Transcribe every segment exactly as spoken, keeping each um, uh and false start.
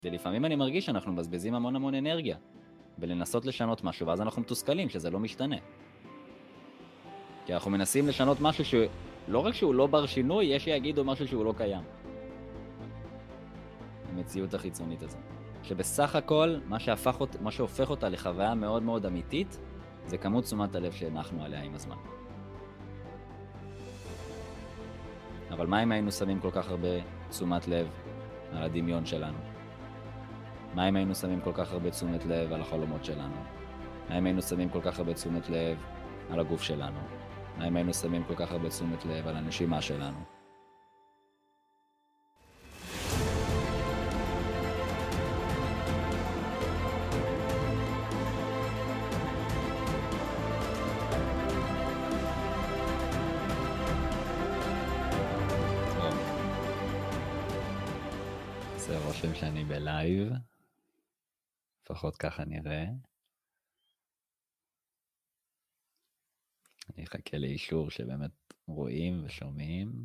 ולפעמים אני מרגיש שאנחנו מבזבזים המון המון אנרגיה, ולנסות לשנות משהו, ואז אנחנו מתוסכלים שזה לא משתנה. כי אנחנו מנסים לשנות משהו שלא רק שהוא לא בר שינוי, יש שיגידו משהו שהוא לא קיים. המציאות החיצונית הזו. שבסך הכל, מה שהפך, מה שהופך אותה לחוויה מאוד מאוד אמיתית, זה כמות תשומת הלב שהנחנו עליה עם הזמן. אבל מה אם היינו שמים כל כך הרבה תשומת לב על הדמיון שלנו? מה אם היינו שמים כל כך הרבה תשומת לב על החלומות שלנו? מה אם היינו שמים כל כך הרבה תשומת לב על הגוף שלנו? מה אם היינו שמים כל כך הרבה תשומת לב על הנשימה שלנו? זה רושם שאני בלייב, לפחות ככה נראה. אני אחכה לאישור שבאמת רואים ושומעים.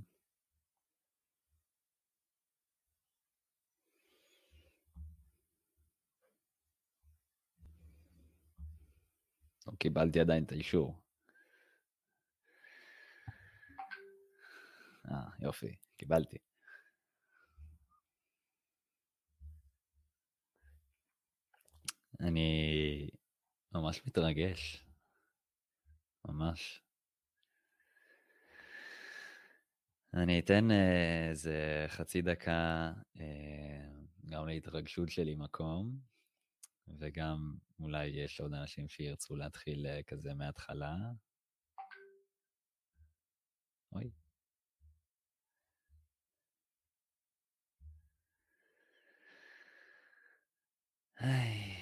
לא קיבלתי עדיין את האישור. אה, יופי, קיבלתי. אני ממש מתרגש. ממש. אני אתן איזה חצי דקה גם להתרגשות שלי מקום, וגם אולי יש עוד אנשים שירצו להתחיל כזה מההתחלה. אוי. היי.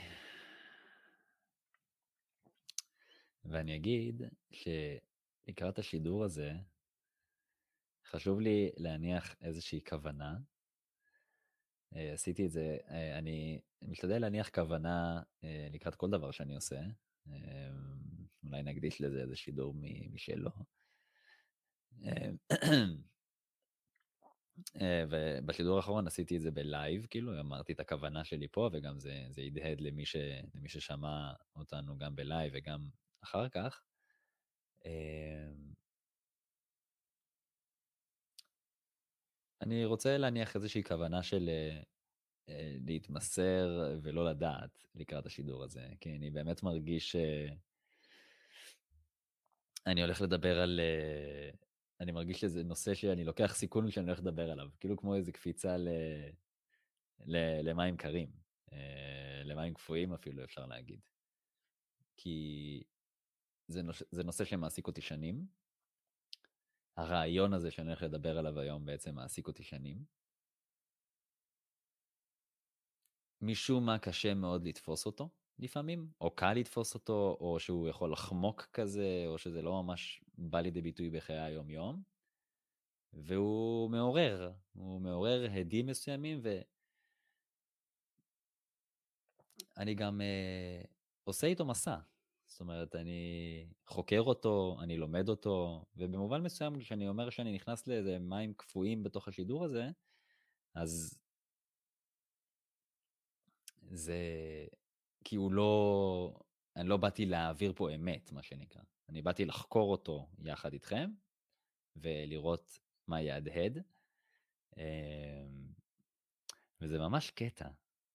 ואני אגיד שלקראת השידור הזה, חשוב לי להניח איזושהי כוונה. עשיתי את זה, אני משתדל להניח כוונה לקראת כל דבר שאני עושה. אולי נקדיש לזה איזה שידור משלו. ובשידור האחרון עשיתי את זה בלייב, כאילו אמרתי את הכוונה שלי פה, וגם זה, זה ידהד למי, ש, למי ששמע אותנו גם בלייב וגם אחר כך. אני רוצה להניח איזושהי כוונה של להתמסר ולא לדעת לקראת השידור הזה, כי אני באמת מרגיש שאני הולך לדבר על, אני מרגיש שזה נושא שאני לוקח סיכון שאני הולך לדבר עליו, כאילו כמו איזו קפיצה ל, ל, למים קרים, למים קפואים אפילו אפשר להגיד, כי זה נושא, זה נושא שמעסיק אותי שנים, הרעיון הזה שאני הולך לדבר עליו היום בעצם מעסיק אותי שנים, משום מה קשה מאוד לתפוס אותו לפעמים, או קל לתפוס אותו, או שהוא יכול לחמוק כזה, או שזה לא ממש בא לידי ביטוי בחיי היום יום, והוא מעורר, הוא מעורר הדים מסוימים, ואני גם אה, עושה איתו מסע, זאת אומרת, אני חוקר אותו, אני לומד אותו, ובמובן מסוים כשאני אומר שאני נכנס לאיזה מים קפואים בתוך השידור הזה, אז זה, כי הוא לא, אני לא באתי להעביר פה אמת, מה שנקרא. אני באתי לחקור אותו יחד איתכם, ולראות מה יהדהד. וזה ממש קטע.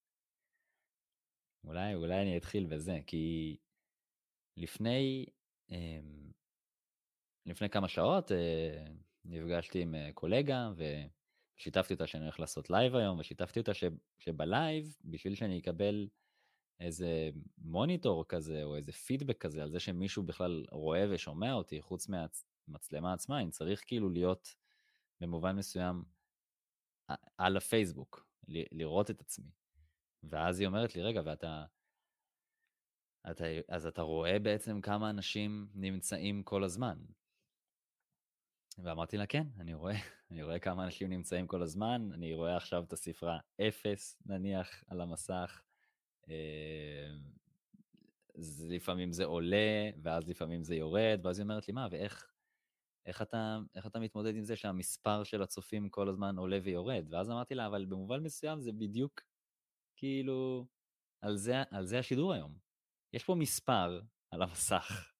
אולי, אולי אני אתחיל בזה, כי לפני, לפני כמה שעות, נפגשתי עם קולגה, ושיתפתי אותה שאני הולך לעשות לייב היום, ושיתפתי אותה שבלייב, בשביל שאני אקבל איזה מוניטור כזה, או איזה פידבק כזה, על זה שמישהו בכלל רואה ושומע אותי, חוץ מהמצלמה עצמה, אני צריך כאילו להיות במובן מסוים על הפייסבוק, לראות את עצמי. ואז היא אומרת לי, רגע, ואתה, אתה, אז אתה רואה בעצם כמה אנשים נמצאים כל הזמן. ואמרתי לה, כן, אני רואה, אני רואה כמה אנשים נמצאים כל הזמן, אני רואה עכשיו את הספרה אפס, נניח, על המסך, אז לפעמים זה עולה, ואז לפעמים זה יורד, ואז היא אומרת לי, מה, ואיך איך אתה, איך אתה מתמודד עם זה שהמספר של הצופים כל הזמן עולה ויורד? ואז אמרתי לה, אבל במובן מסוים זה בדיוק, כאילו, על זה, על זה השידור היום. יש פה מספר על המסך.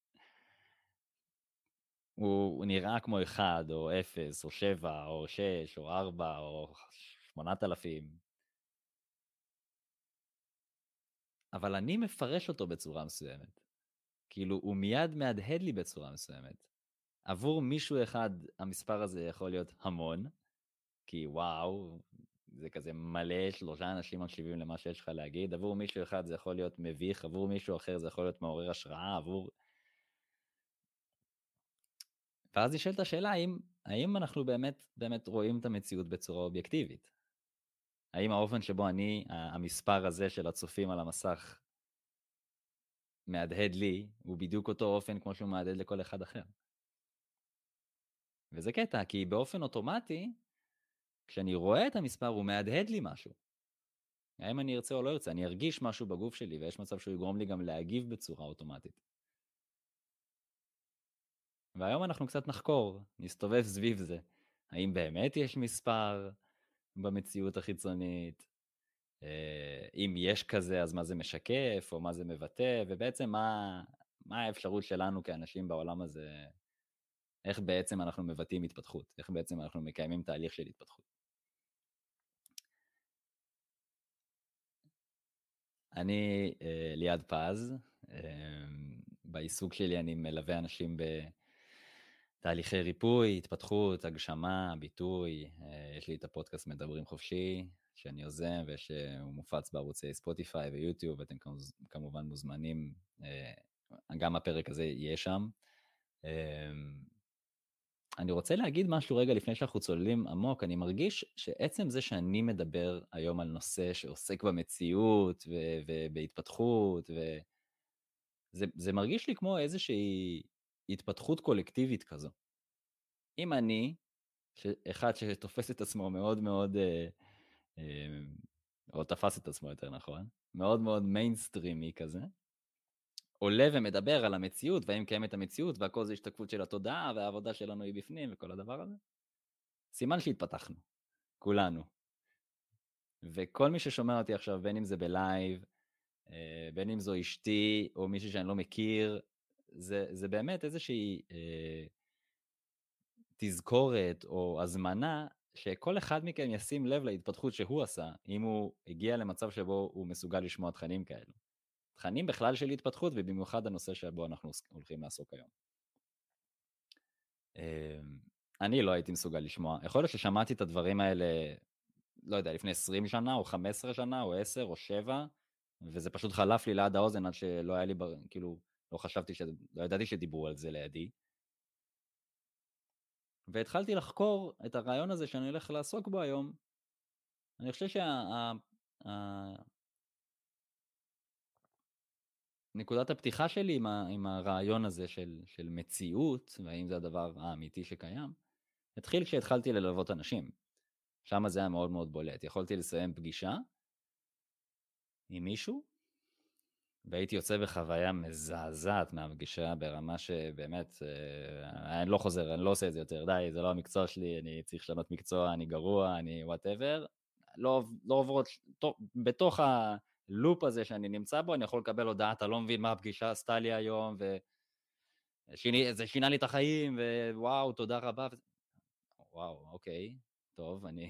הוא, הוא נראה כמו אחד, או אפס, או שבע, או שש, או ארבע, או שמונת אלפים. אבל אני מפרש אותו בצורה מסוימת. כאילו, הוא מיד מהדהד לי בצורה מסוימת. עבור מישהו אחד, המספר הזה יכול להיות המון, כי וואו, זה כזה מלא, שלושה אנשים מקשיבים למה שיש לך להגיד. עבור מישהו אחד זה יכול להיות מביך, עבור מישהו אחר זה יכול להיות מעורר השראה, עבור... ואז נשאלת השאלה, האם, האם אנחנו באמת, באמת רואים את המציאות בצורה אובייקטיבית? האם האופן שבו אני, המספר הזה של הצופים על המסך, מהדהד לי, הוא בדיוק אותו אופן כמו שהוא מהדהד לכל אחד אחר? וזה קטע, כי באופן אוטומטי, כשאני רואה את המספר, הוא מהדהד לי משהו. האם אני ארצה או לא ארצה, אני ארגיש משהו בגוף שלי, ויש מצב שהוא יגרום לי גם להגיב בצורה אוטומטית. והיום אנחנו קצת נחקור, נסתובב סביב זה. האם באמת יש מספר במציאות החיצונית? אם יש כזה, אז מה זה משקף, או מה זה מבטא, ובעצם מה, מה האפשרות שלנו כאנשים בעולם הזה, איך בעצם אנחנו מבטאים התפתחות, איך בעצם אנחנו מקיימים תהליך של התפתחות. אני ליעד פז, בעיסוק שלי אני מלווה אנשים בתהליכי ריפוי, התפתחות, הגשמה, ביטוי. יש לי את הפודקאסט מדברים חופשי, שאני יוזם, ושהוא מופץ בערוצי ספוטיפיי ויוטיוב, ואתם כמובן מוזמנים, גם הפרק הזה יהיה שם. אני רוצה להגיד משהו רגע לפני שאנחנו צוללים עמוק. אני מרגיש שעצם זה שאני מדבר היום על נושא שעוסק במציאות ו- ובהתפתחות, וזה זה מרגיש לי כמו איזושהי התפתחות קולקטיבית כזו. אם אני, אחד שתופס את עצמו מאוד מאוד, אה, אה, או תפס את עצמו יותר נכון, מאוד מאוד מיינסטרימי כזה, עולה ומדבר על המציאות, והאם קיימת המציאות, והכל זה השתקפות של התודעה, והעבודה שלנו היא בפנים, וכל הדבר הזה. סימן שהתפתחנו, כולנו. וכל מי ששומע אותי עכשיו, בין אם זה בלייב, בין אם זו אשתי, או מישהו שאני לא מכיר, זה, זה באמת איזושהי אה, תזכורת או הזמנה, שכל אחד מכם ישים לב להתפתחות שהוא עשה, אם הוא הגיע למצב שבו הוא מסוגל לשמוע תכנים כאלו. תכנים בכלל של התפתחות, ובמיוחד הנושא שבו אנחנו הולכים לעסוק היום. אני לא הייתי מסוגל לשמוע. יכול להיות ששמעתי את הדברים האלה, לא יודע, לפני עשרים שנה, או חמש עשרה שנה, או עשר, או שבע, וזה פשוט חלף לי ליד האוזן, עד שלא היה לי, כאילו, לא חשבתי, ש... לא ידעתי שדיברו על זה לידי. והתחלתי לחקור את הרעיון הזה שאני הולך לעסוק בו היום. אני חושב שה... נקודת הפתיחה שלי עם, ה... עם הרעיון הזה של, של מציאות, והאם זה הדבר האמיתי שקיים, התחיל כשהתחלתי ללוות אנשים. שם זה היה מאוד מאוד בולט. יכולתי לסיים פגישה עם מישהו, והייתי יוצא בחוויה מזעזעת מהפגישה, ברמה שבאמת, אה, אני לא חוזר, אני לא עושה את זה יותר, די, זה לא המקצוע שלי, אני צריך לשנות מקצוע, אני גרוע, אני whatever, לא, לא עוברות, בתוך הלופ הזה שאני נמצא בו, אני יכול לקבל הודעה, אתה לא מבין מה הפגישה עשתה לי היום, וזה שינה לי את החיים, ווואו, תודה רבה, וואו, אוקיי, טוב, אני...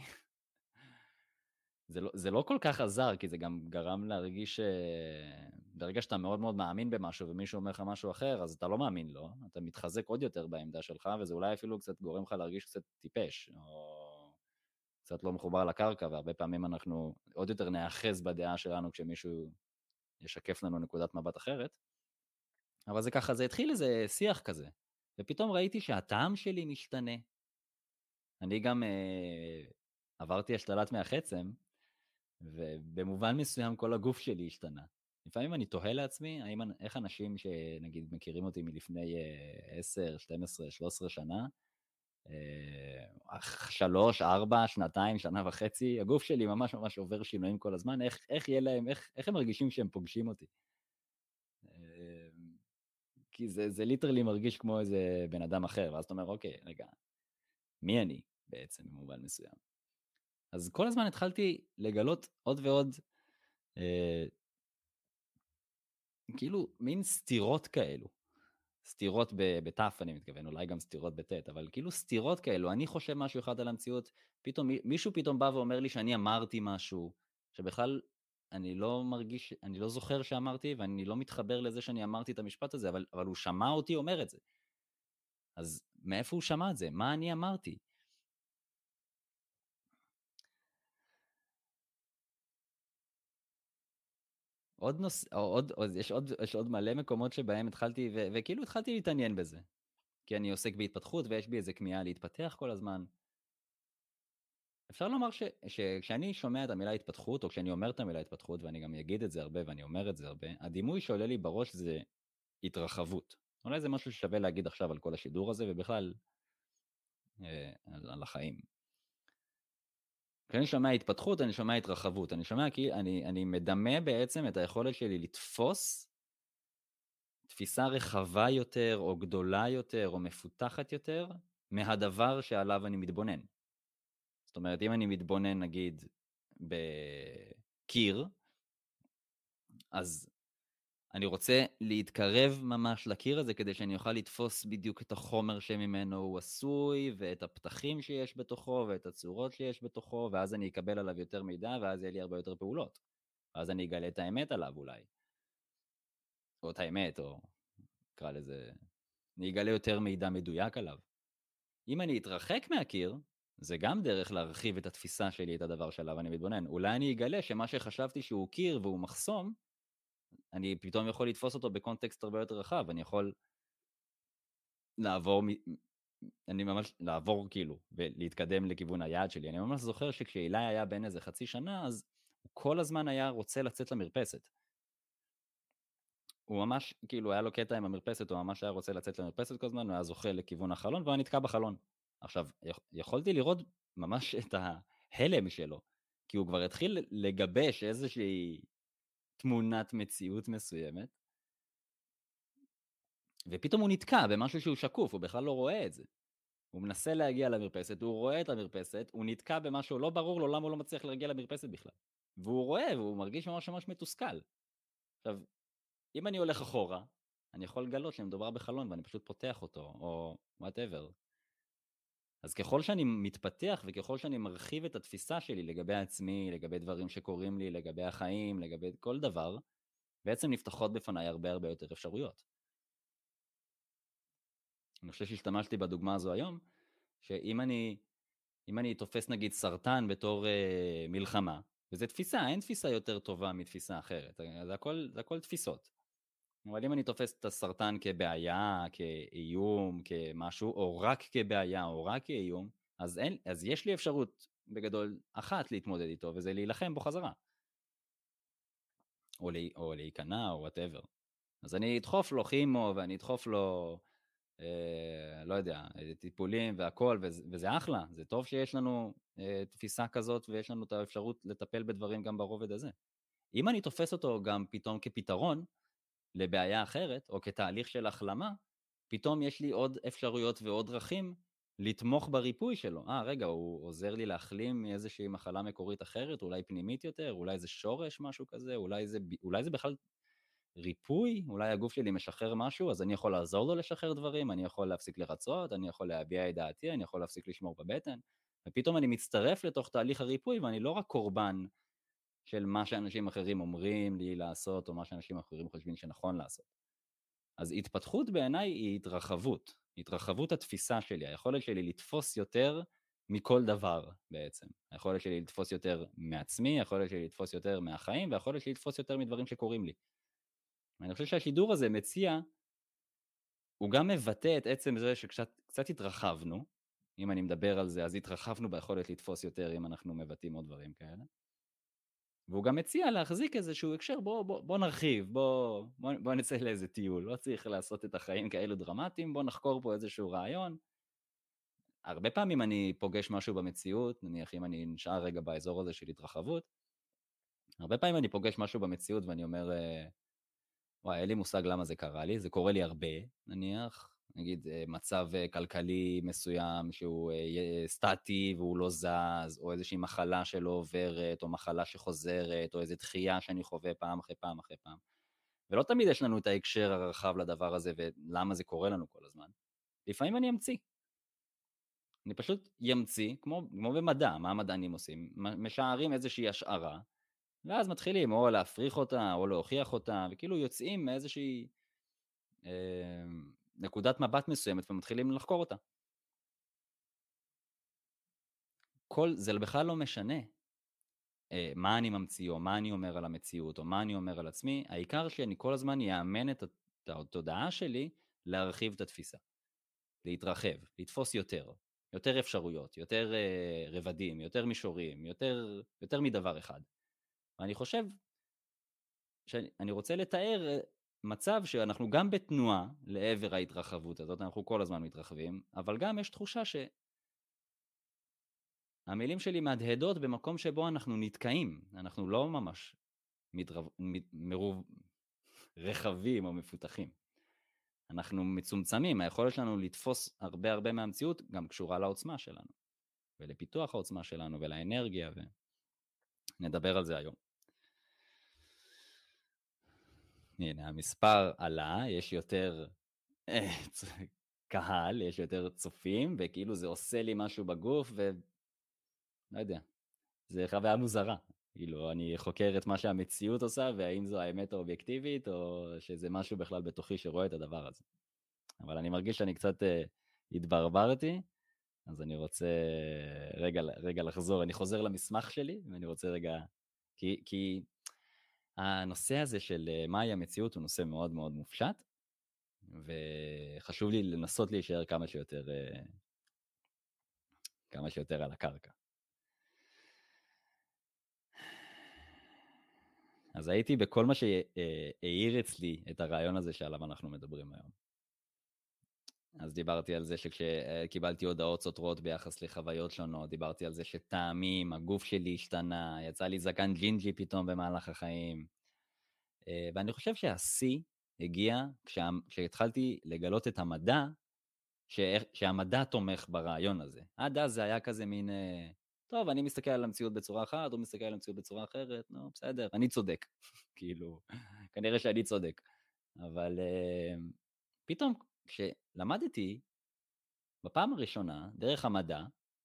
זה לא, זה לא כל כך עזר, כי זה גם גרם להרגיש, ברגע שאתה מאוד מאוד מאמין במשהו, ומישהו אומר לך משהו אחר, אז אתה לא מאמין לו, אתה מתחזק עוד יותר בעמדה שלך, וזה אולי אפילו קצת גורם לך להרגיש קצת טיפש, או קצת לא מחובר לקרקע, והרבה פעמים אנחנו עוד יותר נאחז בדעה שלנו, כשמישהו ישקף לנו נקודת מבט אחרת. אבל זה ככה, זה התחיל איזה שיח כזה, ופתאום ראיתי שהטעם שלי משתנה. אני גם אה, עברתי השתלת מח עצם, ובמובן מסוים כל הגוף שלי השתנה. לפעמים אני תוהה לעצמי, האם, איך אנשים שנגיד מכירים אותי מלפני עשר, שתים עשרה, שלוש עשרה שנה, שלוש, ארבע, שנתיים, שנה וחצי, הגוף שלי ממש ממש עובר שינויים כל הזמן, איך, איך יהיה להם, איך, איך הם מרגישים שהם פוגשים אותי. כי זה, זה ליטרלי מרגיש כמו איזה בן אדם אחר, ואז אתה אומר, אוקיי, רגע, מי אני בעצם במובן מסוים? אז כל הזמן התחלתי לגלות עוד ועוד אה, כאילו מין סתירות כאלו, סתירות בתף אני מתכוון, אולי גם סתירות בתת, אבל כאילו סתירות כאלו, אני חושב משהו אחד על המציאות, פתאום מישהו פתאום בא ואומר לי שאני אמרתי משהו, שבכלל אני לא מרגיש, אני לא זוכר שאמרתי, ואני לא מתחבר לזה שאני אמרתי את המשפט הזה, אבל, אבל הוא שמע אותי אומר את זה. אז מאיפה הוא שמע את זה? מה אני אמרתי? עוד נוס... עוד, עוד, יש עוד, יש עוד מלא מקומות שבהם התחלתי, ו, וכאילו התחלתי להתעניין בזה. כי אני עוסק בהתפתחות, ויש בי איזה כמיהה להתפתח כל הזמן. אפשר לומר ש, שכשאני שומע את המילה התפתחות, או כשאני אומר את המילה התפתחות, ואני גם אגיד את זה הרבה, ואני אומר את זה הרבה, הדימוי שעולה לי בראש זה התרחבות. אולי זה משהו ששווה להגיד עכשיו על כל השידור הזה, ובכלל אה, על, על החיים. כשאני שומע התפתחות, אני שומע התרחבות. אני שומע כי אני, אני מדמה בעצם את היכולת שלי לתפוס תפיסה רחבה יותר, או גדולה יותר, או מפותחת יותר, מהדבר שעליו אני מתבונן. זאת אומרת, אם אני מתבונן, נגיד, בקיר, אז אני רוצה להתקרב ממש לקיר הזה, כדי שאני אוכל לתפוס בדיוק את החומר שממנו הוא עשוי, ואת הפתחים שיש בתוכו, ואת הצורות שיש בתוכו, ואז אני אקבל עליו יותר מידע, ואז יהיה לי הרבה יותר פעולות. ואז אני אגלה את האמת עליו אולי. או את האמת, או נקרא לזה, אני אגלה יותר מידע מדויק עליו. אם אני אתרחק מהקיר, זה גם דרך להרחיב את התפיסה שלי, את הדבר שעליו אני מתבונן. אולי אני אגלה שמה שחשבתי שהוא קיר והוא מחסום, אני פתאום יכול לתפוס אותו בקונטקסט הרבה יותר רחב, אני יכול לעבור, אני ממש, לעבור כאילו, ולהתקדם לכיוון היעד שלי. אני ממש זוכר שכשאילי היה בן איזה חצי שנה, אז הוא כל הזמן היה רוצה לצאת למרפסת. הוא ממש, כאילו, היה לו קטע עם המרפסת, הוא ממש היה רוצה לצאת למרפסת כל הזמן, הוא היה זוכה לכיוון החלון, והוא היה נתקע בחלון. עכשיו, יכולתי לראות ממש את ההלם שלו, כי הוא כבר התחיל לגבש איזושהי תמונת מציאות מסוימת, ופתאום הוא נתקע במשהו שהוא שקוף, הוא בכלל לא רואה את זה. הוא מנסה להגיע למרפסת, הוא רואה את המרפסת, הוא נתקע במשהו לא ברור לו, למה הוא לא מצליח להגיע למרפסת בכלל. והוא רואה, והוא מרגיש ממש ממש מתוסכל. עכשיו, אם אני הולך אחורה, אני יכול לגלות שמדובר בחלון, ואני פשוט פותח אותו, או whatever. אז ככל שאני מתפתח, וככל שאני מרחיב את התפיסה שלי לגבי עצמי, לגבי דברים שקורים לי, לגבי החיים, לגבי כל דבר, בעצם נפתחות בפניי הרבה הרבה יותר אפשרויות. אני חושב שהשתמשתי בדוגמה הזו היום, שאם אני, אם אני תופס נגיד סרטן בתור אה, מלחמה, וזו תפיסה, אין תפיסה יותר טובה מתפיסה אחרת, זה הכל, זה הכל תפיסות. אבל אם אני תופס את הסרטן כבעיה, כאיום, כמשהו, או רק כבעיה, או רק כאיום, אז, אין, אז יש לי אפשרות בגדול אחת להתמודד איתו, וזה להילחם בו חזרה. או, לי, או להיכנע, או whatever. אז אני אדחוף לו כימו, ואני אדחוף לו, אה, לא יודע, טיפולים והכל, וזה, וזה אחלה. זה טוב שיש לנו אה, תפיסה כזאת, ויש לנו את האפשרות לטפל בדברים גם ברובד הזה. אם אני תופס אותו גם פתאום כפתרון, לבעיה אחרת, או כתהליך של החלמה, פתאום יש לי עוד אפשרויות ועוד דרכים לתמוך בריפוי שלו. אה, רגע, הוא עוזר לי להחלים מאיזושהי מחלה מקורית אחרת, אולי פנימית יותר, אולי זה שורש, משהו כזה, אולי זה, אולי זה בכלל ריפוי, אולי הגוף שלי משחרר משהו, אז אני יכול לעזור לו לשחרר דברים, אני יכול להפסיק לרצות, אני יכול להביע את דעתי, אני יכול להפסיק לשמור בבטן, ופתאום אני מצטרף לתוך תהליך הריפוי, ואני לא רק קורבן של מה שאנשים אחרים אומרים לי לעשות, או מה שאנשים אחרים חושבים שנכון לעשות. אז התפתחות בעיניי היא התרחבות, התרחבות התפיסה שלי, היכולת שלי לתפוס יותר מכל דבר בעצם. היכולת שלי לתפוס יותר מעצמי, היכולת שלי לתפוס יותר מהחיים, והיכולת שלי לתפוס יותר מדברים שקורים לי. אני חושב שהשידור הזה מציע, הוא גם מבטא את עצם זה שקצת קצת התרחבנו, אם אני מדבר על זה, אז התרחבנו ביכולת לתפוס יותר אם אנחנו מבטאים עוד דברים כאלה. והוא גם מציע להחזיק איזשהו הקשר, בוא, בוא, בוא נרחיב, בוא, בוא, בוא נצא לאיזה טיול, לא צריך לעשות את החיים כאלו דרמטיים, בוא נחקור פה איזשהו רעיון. הרבה פעמים אני פוגש משהו במציאות, נניח אם אני נשאר רגע באזור הזה של התרחבות, הרבה פעמים אני פוגש משהו במציאות ואני אומר, וואי, אין לי מושג למה זה קרה לי, זה קורה לי הרבה, נניח, נגיד מצב כלכלי מסוים שהוא סטטי והוא לא זז, או איזושהי מחלה שלא עוברת, או מחלה שחוזרת, או איזו דחייה שאני חווה פעם אחרי פעם אחרי פעם. ולא תמיד יש לנו את ההקשר הרחב לדבר הזה, ולמה זה קורה לנו כל הזמן. לפעמים אני אמציא. אני פשוט ימציא, כמו, כמו במדע, מה המדענים עושים? משערים איזושהי השערה, ואז מתחילים או להפריך אותה, או להוכיח אותה, וכאילו יוצאים מאיזושהי אה, נקודת מבט מסוימת, ומתחילים לחקור אותה. כל, זה בכלל לא משנה אה, מה אני ממציא, או מה אני אומר על המציאות, או מה אני אומר על עצמי, העיקר שאני כל הזמן יאמן את התודעה שלי להרחיב את התפיסה, להתרחב, לתפוס יותר, יותר אפשרויות, יותר אה, רבדים, יותר מישורים, יותר, יותר מדבר אחד. ואני חושב שאני רוצה לתאר מצב שאנחנו גם בתנועה לעבר ההתרחבות הזאת, אנחנו כל הזמן מתרחבים, אבל גם יש תחושה שהמילים שלי מהדהדות במקום שבו אנחנו נתקעים, אנחנו לא ממש מתרב... מרוב... רחבים או מפותחים. אנחנו מצומצמים, היכולת שלנו לתפוס הרבה הרבה מהמציאות גם קשורה לעוצמה שלנו, ולפיתוח העוצמה שלנו ולאנרגיה, ונדבר על זה היום. הנה, המספר עלה, יש יותר קהל, יש יותר צופים, וכאילו זה עושה לי משהו בגוף, ולא יודע, זה חוויה מוזרה. כאילו, אני חוקר את מה שהמציאות עושה, והאם זו האמת האובייקטיבית, או שזה משהו בכלל בתוכי שרואה את הדבר הזה. אבל אני מרגיש שאני קצת uh, התברברתי, אז אני רוצה רגע, רגע לחזור, אני חוזר למסמך שלי, ואני רוצה רגע, כי, כי הנושא הזה של uh, מהי המציאות הוא נושא מאוד מאוד מופשט, וחשוב לי לנסות להישאר כמה שיותר, uh, כמה שיותר על הקרקע. אז הייתי בכל מה שהעיר אצלי את הרעיון הזה שעליו אנחנו מדברים היום. אז דיברתי על זה שכשקיבלתי הודעות סותרות ביחס לחוויות שונות, דיברתי על זה שטעמים, הגוף שלי השתנה, יצא לי זקן ג'ינג'י פתאום במהלך החיים. ואני חושב שהשיא הגיע כשה, כשהתחלתי לגלות את המדע, ש, שהמדע תומך ברעיון הזה. עד אז זה היה כזה מין, טוב, אני מסתכל על המציאות בצורה אחת, הוא מסתכל על המציאות בצורה אחרת, נו, בסדר, אני צודק. כאילו, כנראה שאני צודק. אבל פתאום, כשלמדתי בפעם הראשונה, דרך המדע,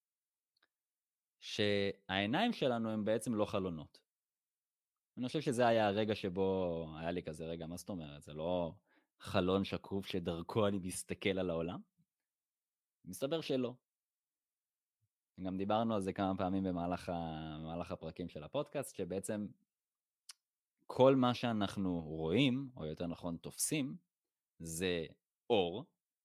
שהעיניים שלנו הם בעצם לא חלונות. אני חושב שזה היה הרגע שבו היה לי כזה רגע, מה זאת אומרת? זה לא חלון שקוף שדרכו אני מסתכל על העולם? מסתבר שלא. גם דיברנו על זה כמה פעמים במהלך, ה... במהלך הפרקים של הפודקאסט, שבעצם כל מה שאנחנו רואים, או יותר נכון תופסים, זה אור,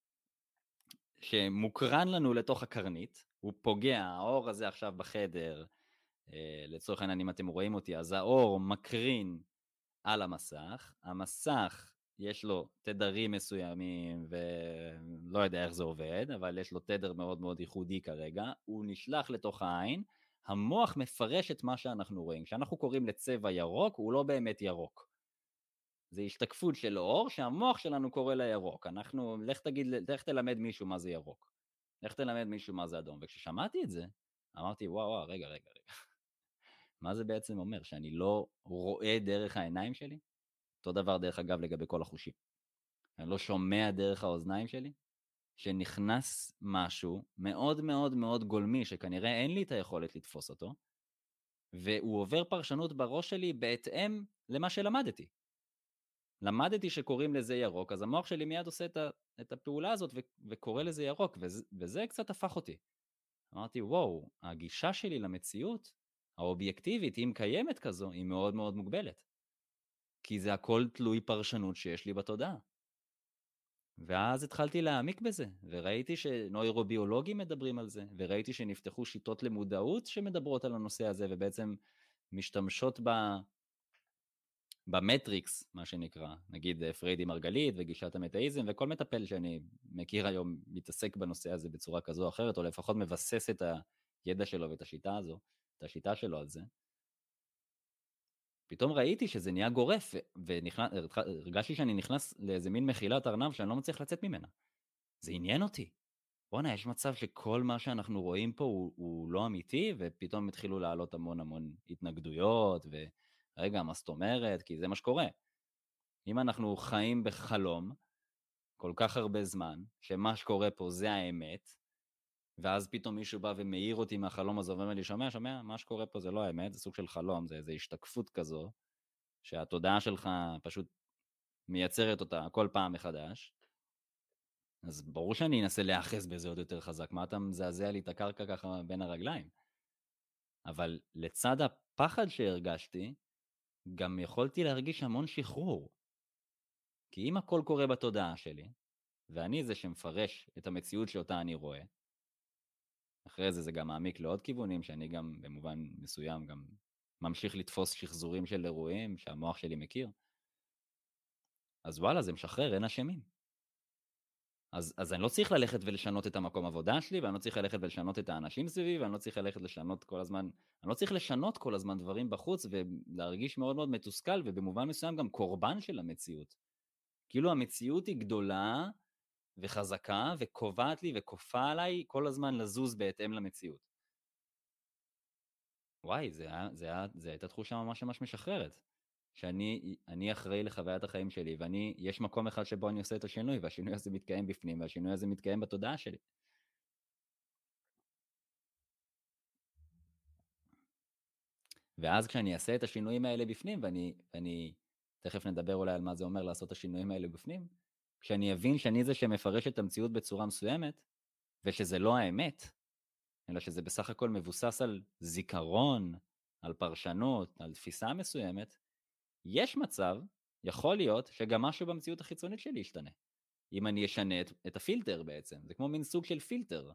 שמוקרן לנו לתוך הקרנית, הוא פוגע, האור הזה עכשיו בחדר, לצורך העניין אם אתם רואים אותי, אז האור מקרין על המסך, המסך יש לו תדרים מסוימים, ולא יודע איך זה עובד, אבל יש לו תדר מאוד מאוד ייחודי כרגע, הוא נשלח לתוך העין, המוח מפרש את מה שאנחנו רואים, כשאנחנו קוראים לצבע ירוק, הוא לא באמת ירוק. זה השתקפות של אור שהמוח שלנו קורא לירוק. אנחנו, לך תגיד, לך תלמד מישהו מה זה ירוק. לך תלמד מישהו מה זה אדום. וכששמעתי את זה, אמרתי, וואו, וואו, רגע, רגע, רגע. מה זה בעצם אומר? שאני לא רואה דרך העיניים שלי? אותו דבר דרך אגב לגבי כל החושים. אני לא שומע דרך האוזניים שלי? שנכנס משהו מאוד מאוד מאוד גולמי, שכנראה אין לי את היכולת לתפוס אותו, והוא עובר פרשנות בראש שלי בהתאם למה שלמדתי. למדתי שקוראים לזה ירוק, אז המוח שלי מיד עושה את, ה, את הפעולה הזאת ו, וקורא לזה ירוק, וזה, וזה קצת הפך אותי. אמרתי, וואו, הגישה שלי למציאות, האובייקטיבית, אם קיימת כזו, היא מאוד מאוד מוגבלת. כי זה הכל תלוי פרשנות שיש לי בתודעה. ואז התחלתי להעמיק בזה, וראיתי שנוירוביולוגים מדברים על זה, וראיתי שנפתחו שיטות למודעות שמדברות על הנושא הזה, ובעצם משתמשות ב... במטריקס, מה שנקרא, נגיד פריידי מרגלית וגישת המטאיזם, וכל מטפל שאני מכיר היום מתעסק בנושא הזה בצורה כזו או אחרת, או לפחות מבסס את הידע שלו ואת השיטה הזו, את השיטה שלו על זה. פתאום ראיתי שזה נהיה גורף, והרגשתי שאני נכנס לאיזה מין מחילת ארנב שאני לא מצליח לצאת ממנה. זה עניין אותי. בוא'נה, יש מצב שכל מה שאנחנו רואים פה הוא, הוא לא אמיתי, ופתאום התחילו לעלות המון המון התנגדויות, ורגע, מה זאת אומרת? כי זה מה שקורה. אם אנחנו חיים בחלום כל כך הרבה זמן, שמה שקורה פה זה האמת, ואז פתאום מישהו בא ומאיר אותי מהחלום הזה, ואומר לי, שומע, שומע, מה שקורה פה זה לא האמת, זה סוג של חלום, זה, זה השתקפות כזו, שהתודעה שלך פשוט מייצרת אותה כל פעם מחדש, אז ברור שאני אנסה להיאחז בזה עוד יותר חזק, מה אתה מזעזע לי את הקרקע ככה בין הרגליים? אבל לצד הפחד שהרגשתי, גם יכולתי להרגיש המון שחרור. כי אם הכל קורה בתודעה שלי, ואני זה שמפרש את המציאות שאותה אני רואה, אחרי זה זה גם מעמיק לעוד כיוונים, שאני גם במובן מסוים גם ממשיך לתפוס שחזורים של אירועים שהמוח שלי מכיר, אז וואלה, זה משחרר, אין אשמים. אז, אז אני לא צריך ללכת ולשנות את המקום עבודה שלי, ואני לא צריך ללכת ולשנות את האנשים סביבי, ואני לא צריך ללכת לשנות כל הזמן, אני לא צריך לשנות כל הזמן דברים בחוץ, ולהרגיש מאוד מאוד מתוסכל, ובמובן מסוים גם קורבן של המציאות. כאילו המציאות היא גדולה וחזקה, וקובעת לי וכופה עליי כל הזמן לזוז בהתאם למציאות. וואי, זה, היה, זה, היה, זה הייתה תחושה ממש ממש משחררת. שאני אני אחראי לחוויית החיים שלי, ואני, יש מקום אחד שבו אני עושה את השינוי, והשינוי הזה מתקיים בפנים, והשינוי הזה מתקיים בתודעה שלי. ואז כשאני אעשה את השינויים האלה בפנים, ואני, ואני תכף נדבר אולי על מה זה אומר לעשות את השינויים האלה בפנים, כשאני אבין שאני זה שמפרש את המציאות בצורה מסוימת, ושזה לא האמת, אלא שזה בסך הכל מבוסס על זיכרון, על פרשנות, על תפיסה מסוימת, יש מצב, יכול להיות, שגם משהו במציאות החיצונית שלי ישתנה. אם אני אשנה את, את הפילטר בעצם, זה כמו מין סוג של פילטר.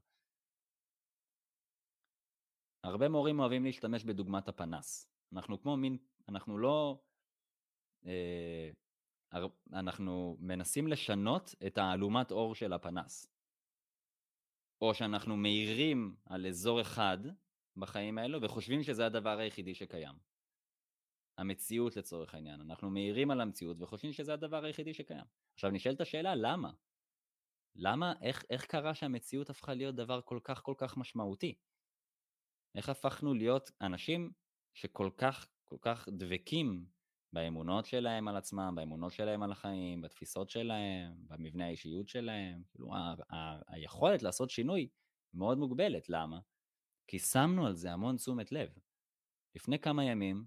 הרבה מורים אוהבים להשתמש בדוגמת הפנס. אנחנו כמו מין, אנחנו לא, אה, אנחנו מנסים לשנות את העלומת אור של הפנס. או שאנחנו מאירים על אזור אחד בחיים האלו, וחושבים שזה הדבר היחידי שקיים. המציאות לצורך העניין, אנחנו מאירים על המציאות וחושבים שזה הדבר היחידי שקיים. עכשיו נשאלת השאלה, למה? למה, איך, איך קרה שהמציאות הפכה להיות דבר כל כך כל כך משמעותי? איך הפכנו להיות אנשים שכל כך כל כך דבקים באמונות שלהם על עצמם, באמונות שלהם על החיים, בתפיסות שלהם, במבנה האישיות שלהם? כאילו, ה- ה- היכולת לעשות שינוי מאוד מוגבלת. למה? כי שמנו על זה המון תשומת לב. לפני כמה ימים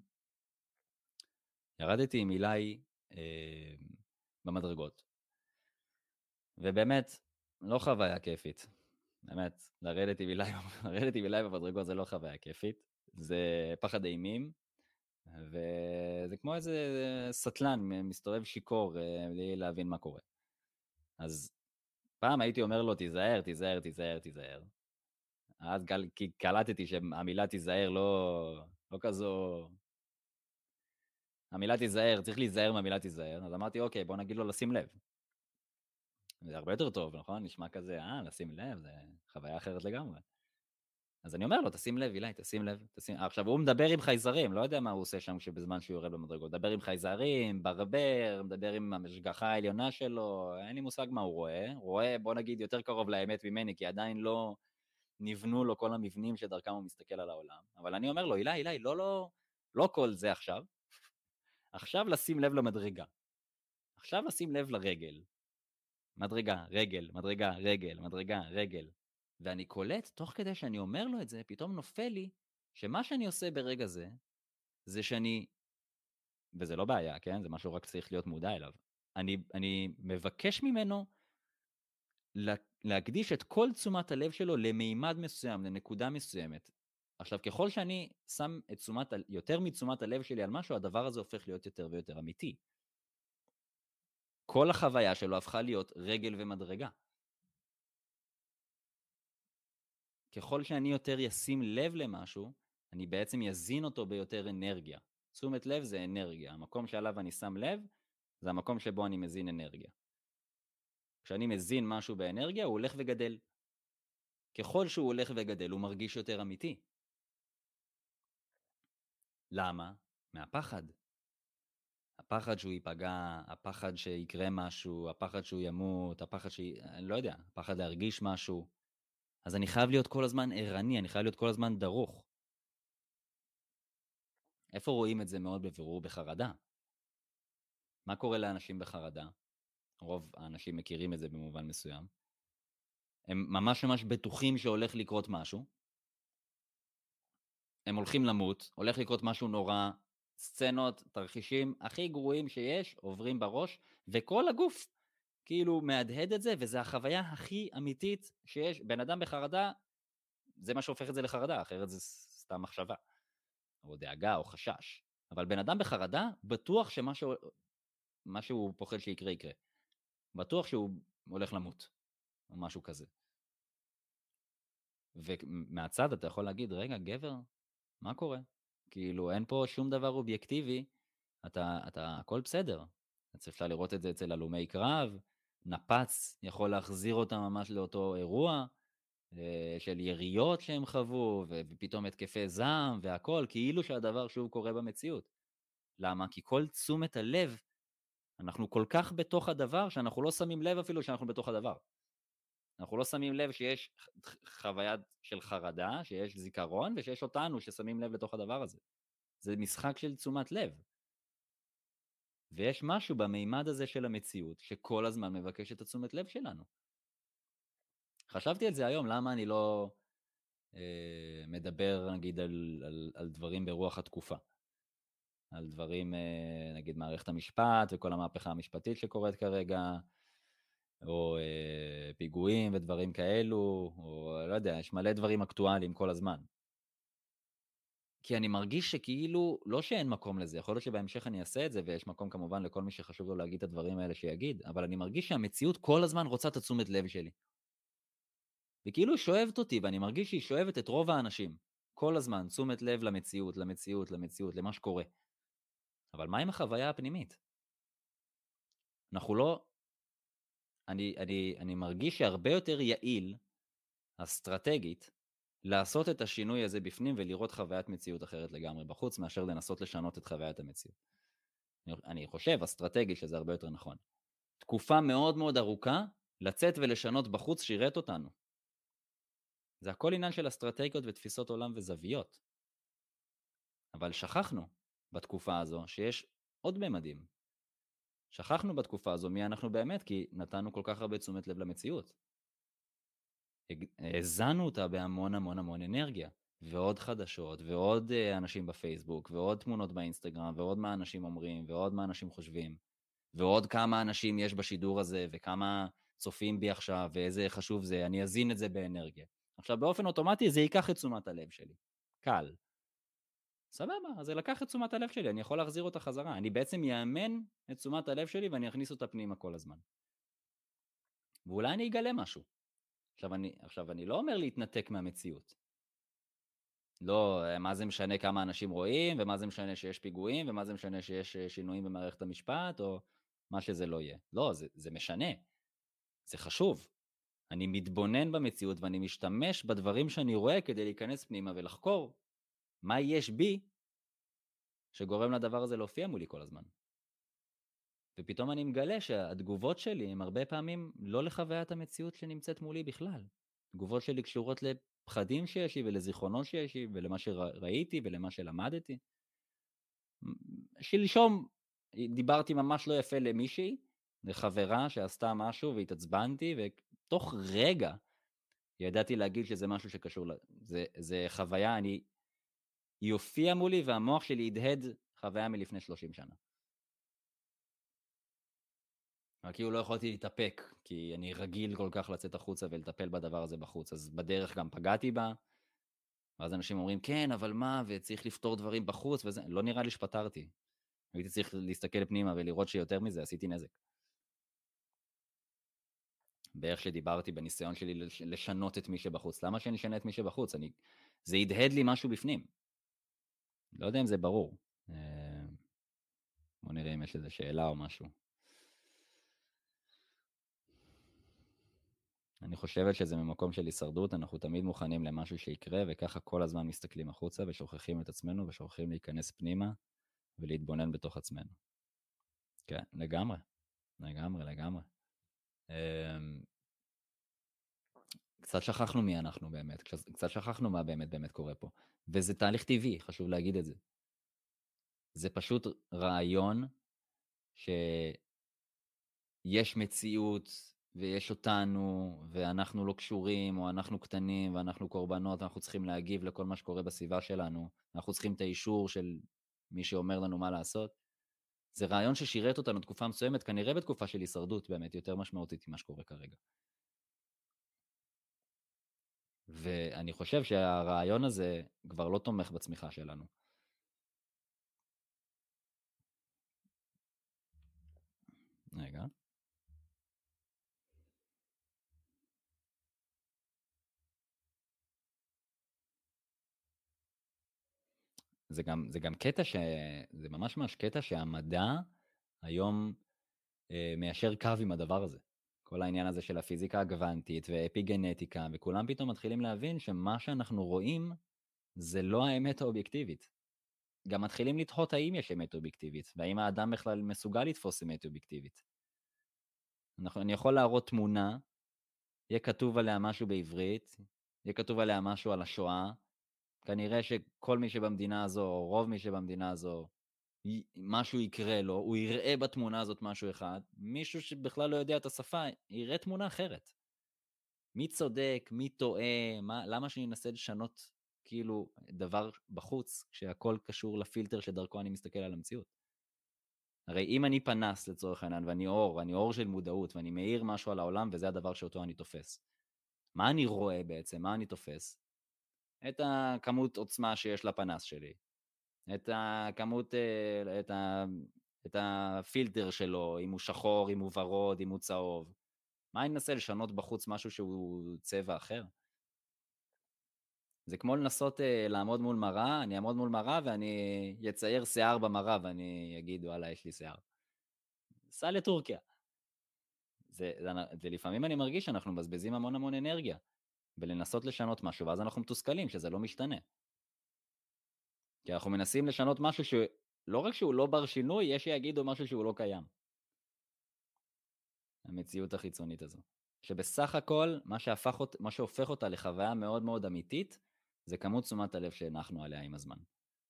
ירדתי עם אילי אה, במדרגות, ובאמת לא חוויה כיפית. באמת, לרדת עם אילי, לרדת עם אילי במדרגות זה לא חוויה כיפית, זה פחד אימים, וזה כמו איזה סטלן, מסתובב שיקור, בלי להבין מה קורה. אז פעם הייתי אומר לו, תיזהר, תיזהר, תיזהר, תיזהר. אז קל, כי קלטתי שהמילה תיזהר לא, לא כזו... המילה תיזהר, צריך להיזהר מהמילה תיזהר, אז אמרתי, אוקיי, בוא נגיד לו לשים לב. זה הרבה יותר טוב, נכון? נשמע כזה, אה, לשים לב, זה חוויה אחרת לגמרי. אז אני אומר לו, תשים לב, אילי, תשים לב, תשים... עכשיו, הוא מדבר עם חייזרים, לא יודע מה הוא עושה שם בזמן שהוא יורד במדרגות. מדבר עם חייזרים, ברבר, מדבר עם המשגחה העליונה שלו, אין לי מושג מה הוא רואה. הוא רואה, בוא נגיד, יותר קרוב לאמת ממני, כי עדיין לא נבנו לו כל המבנים שדרכם הוא מסתכל על העולם. אבל אני אומר לו, אילי, אילי, לא, לא, לא כל זה עכשיו. עכשיו לשים לב למדרגה. עכשיו לשים לב לרגל. מדרגה, רגל, מדרגה, רגל, מדרגה, רגל. ואני קולט, תוך כדי שאני אומר לו את זה, פתאום נופל לי, שמה שאני עושה ברגע זה, זה שאני, וזה לא בעיה, כן? זה משהו רק צריך להיות מודע אליו. אני, אני מבקש ממנו להקדיש את כל תשומת הלב שלו למימד מסוים, לנקודה מסוימת. עכשיו, ככל שאני שם את תשומת, יותר מתשומת הלב שלי על משהו, הדבר הזה הופך להיות יותר ויותר אמיתי. כל החוויה שלו הפכה להיות רגל ומדרגה. ככל שאני יותר ישים לב למשהו, אני בעצם יזין אותו ביותר אנרגיה. תשומת לב זה אנרגיה. המקום שעליו אני שם לב, זה המקום שבו אני מזין אנרגיה. כשאני מזין משהו באנרגיה, הוא הולך וגדל. ככל שהוא הולך וגדל, הוא מרגיש יותר אמיתי. למה? מהפחד. הפחד שהוא ייפגע, הפחד שיקרה משהו, הפחד שהוא ימות, הפחד ש... אני לא יודע, הפחד להרגיש משהו. אז אני חייב להיות כל הזמן ערני, אני חייב להיות כל הזמן דרוך. איפה רואים את זה מאוד בבירור? בחרדה. מה קורה לאנשים בחרדה? רוב האנשים מכירים את זה במובן מסוים. הם ממש ממש בטוחים שהולך לקרות משהו. הם הולכים למות, הולך לקרות משהו נורא, סצנות, תרחישים הכי גרועים שיש, עוברים בראש, וכל הגוף כאילו מהדהד את זה, וזה החוויה הכי אמיתית שיש. בן אדם בחרדה, זה מה שהופך את זה לחרדה, אחרת זה סתם מחשבה, או דאגה, או חשש. אבל בן אדם בחרדה, בטוח שמשהו מה שהוא פוחד שיקרה יקרה. בטוח שהוא הולך למות, או משהו כזה. ומהצד אתה יכול להגיד, רגע, גבר, מה קורה? כאילו, אין פה שום דבר אובייקטיבי, אתה, אתה, הכל בסדר. אפשר לראות את זה אצל הלומי קרב, נפץ יכול להחזיר אותם ממש לאותו אירוע, של יריות שהם חוו, ופתאום התקפי זעם והכל, כאילו שהדבר שוב קורה במציאות. למה? כי כל תשומת הלב, אנחנו כל כך בתוך הדבר, שאנחנו לא שמים לב אפילו שאנחנו בתוך הדבר. אנחנו לא שמים לב שיש חוויה של חרדה, שיש זיכרון, ושיש אותנו ששמים לב לתוך הדבר הזה. זה משחק של תשומת לב. ויש משהו במימד הזה של המציאות, שכל הזמן מבקש את התשומת לב שלנו. חשבתי על זה היום, למה אני לא אה, מדבר, נגיד, על, על, על דברים ברוח התקופה. על דברים, אה, נגיד, מערכת המשפט, וכל המהפכה המשפטית שקורית כרגע, או אה, פיגועים ודברים כאלו, או לא יודע, יש מלא דברים אקטואליים כל הזמן. כי אני מרגיש שכאילו, לא שאין מקום לזה, יכול להיות שבהמשך אני אעשה את זה, ויש מקום כמובן לכל מי שחשוב לו להגיד את הדברים האלה שיגיד, אבל אני מרגיש שהמציאות כל הזמן רוצה את התשומת לב שלי. וכאילו היא שואבת אותי, ואני מרגיש שהיא שואבת את רוב האנשים. כל הזמן, תשומת לב למציאות, למציאות, למציאות, למה שקורה. אבל מה עם החוויה הפנימית? אנחנו לא... אני, אני, אני מרגיש שהרבה יותר יעיל, אסטרטגית, לעשות את השינוי הזה בפנים ולראות חוויית מציאות אחרת לגמרי בחוץ, מאשר לנסות לשנות את חוויית המציאות. אני, אני חושב, אסטרטגי, שזה הרבה יותר נכון. תקופה מאוד מאוד ארוכה, לצאת ולשנות בחוץ שירת אותנו. זה הכל עניין של אסטרטגיות ותפיסות עולם וזוויות. אבל שכחנו בתקופה הזו שיש עוד ממדים. שכחנו בתקופה הזו מי אנחנו באמת, כי נתנו כל כך הרבה תשומת לב למציאות. הזנו אותה בהמון המון המון אנרגיה, ועוד חדשות, ועוד אנשים בפייסבוק, ועוד תמונות באינסטגרם, ועוד מה אנשים אומרים, ועוד מה אנשים חושבים, ועוד כמה אנשים יש בשידור הזה, וכמה צופים בי עכשיו, ואיזה חשוב זה, אני אזין את זה באנרגיה. עכשיו באופן אוטומטי זה ייקח את תשומת הלב שלי. קל. סבבה, אז זה לקח את תשומת הלב שלי, אני יכול להחזיר אותה חזרה. אני בעצם יאמן את תשומת הלב שלי ואני אכניס אותה פנימה כל הזמן. ואולי אני אגלה משהו. עכשיו אני, עכשיו אני לא אומר להתנתק מהמציאות. לא, מה זה משנה כמה אנשים רואים, ומה זה משנה שיש פיגועים, ומה זה משנה שיש שינויים במערכת המשפט, או מה שזה לא יהיה. לא, זה, זה משנה. זה חשוב. אני מתבונן במציאות ואני משתמש בדברים שאני רואה כדי להיכנס פנימה ולחקור מה יש בי שגורם לדבר הזה להופיע מולי כל הזמן. ופתאום אני מגלה שהתגובות שלי הם הרבה פעמים לא לחוויית המציאות שנמצאת מולי בכלל. תגובות שלי קשורות לפחדים שיש לי ולזיכרונות שיש לי ולמה שראיתי ולמה שלמדתי. שלשום דיברתי ממש לא יפה למישהי, לחברה שעשתה משהו והתעצבנתי, ותוך רגע ידעתי להגיד שזה משהו שקשור, זה, זה חוויה, אני, היא הופיעה מולי והמוח שלי הדהד חוויה מלפני שלושים שנה. רק כאילו לא יכולתי להתאפק, כי אני רגיל כל כך לצאת החוצה ולטפל בדבר הזה בחוץ, אז בדרך גם פגעתי בה, ואז אנשים אומרים, כן, אבל מה, וצריך לפתור דברים בחוץ, וזה, לא נראה לי שפתרתי. הייתי צריך להסתכל פנימה ולראות שיותר מזה, עשיתי נזק. באיך שדיברתי בניסיון שלי לשנות את מי שבחוץ. למה שאני אשנה את מי שבחוץ? אני, זה ידהד לי משהו בפנים. לא יודע אם זה ברור. בוא נראה אם יש איזו שאלה או משהו. אני חושבת שזה ממקום של הישרדות, אנחנו תמיד מוכנים למשהו שיקרה, וככה כל הזמן מסתכלים החוצה ושוכחים את עצמנו, ושוכחים להיכנס פנימה ולהתבונן בתוך עצמנו. כן, לגמרי, לגמרי, לגמרי. אמ, קצת שכחנו מי אנחנו באמת, קצת קצת שכחנו מה באמת באמת קורה פה, וזה תהליך טבעי, חשוב להגיד את זה. זה פשוט רעיון שיש מציאות ויש אותנו, ואנחנו לא קשורים, או אנחנו קטנים, ואנחנו קורבנות, אנחנו צריכים להגיב לכל מה שקורה בסביבה שלנו, אנחנו צריכים את האישור של מי שאומר לנו מה לעשות. זה רעיון ששירת אותנו תקופה מסוימת, כנראה בתקופה של הישרדות באמת יותר משמעותית ממה שקורה כרגע. ואני חושב שהרעיון הזה כבר לא תומך בצמיחה שלנו. רגע. זה גם, זה גם קטע ש... זה ממש ממש קטע שהמדע היום אה, מיישר קו עם הדבר הזה. כל העניין הזה של הפיזיקה הגוונטית ואפיגנטיקה, וכולם פתאום מתחילים להבין שמה שאנחנו רואים זה לא האמת האובייקטיבית. גם מתחילים לתהות האם יש אמת אובייקטיבית, והאם האדם בכלל מסוגל לתפוס אמת אובייקטיבית. אנחנו, אני יכול להראות תמונה, יהיה כתוב עליה משהו בעברית, יהיה כתוב עליה משהו על השואה, כנראה שכל מי שבמדינה הזו, או רוב מי שבמדינה הזו, משהו יקרה לו, הוא יראה בתמונה הזאת משהו אחד, מישהו שבכלל לא יודע את השפה, יראה תמונה אחרת. מי צודק, מי טועה, מה, למה שאני אנסה לשנות כאילו דבר בחוץ, כשהכל קשור לפילטר שדרכו אני מסתכל על המציאות? הרי אם אני פנס לצורך העניין, ואני אור, אני אור של מודעות, ואני מאיר משהו על העולם, וזה הדבר שאותו אני תופס. מה אני רואה בעצם? מה אני תופס? את הכמות עוצמה שיש לפנס שלי. את הכמות, את, ה, את הפילטר שלו, אם הוא שחור, אם הוא ורוד, אם הוא צהוב. מה אני אנסה לשנות בחוץ משהו שהוא צבע אחר? זה כמו לנסות uh, לעמוד מול מראה, אני אעמוד מול מראה ואני אצייר שיער במראה ואני אגיד, וואלה, יש לי שיער. סע לטורקיה. זה, זה, זה לפעמים אני מרגיש שאנחנו מבזבזים המון המון אנרגיה בלנסות לשנות משהו, ואז אנחנו מתוסכלים שזה לא משתנה. כי אנחנו מנסים לשנות משהו שלא רק שהוא לא בר שינוי, יש שיגידו משהו שהוא לא קיים. המציאות החיצונית הזו. שבסך הכל, מה שהפך, מה שהופך אותה לחוויה מאוד מאוד אמיתית, זה כמות תשומת הלב שהנחנו עליה עם הזמן.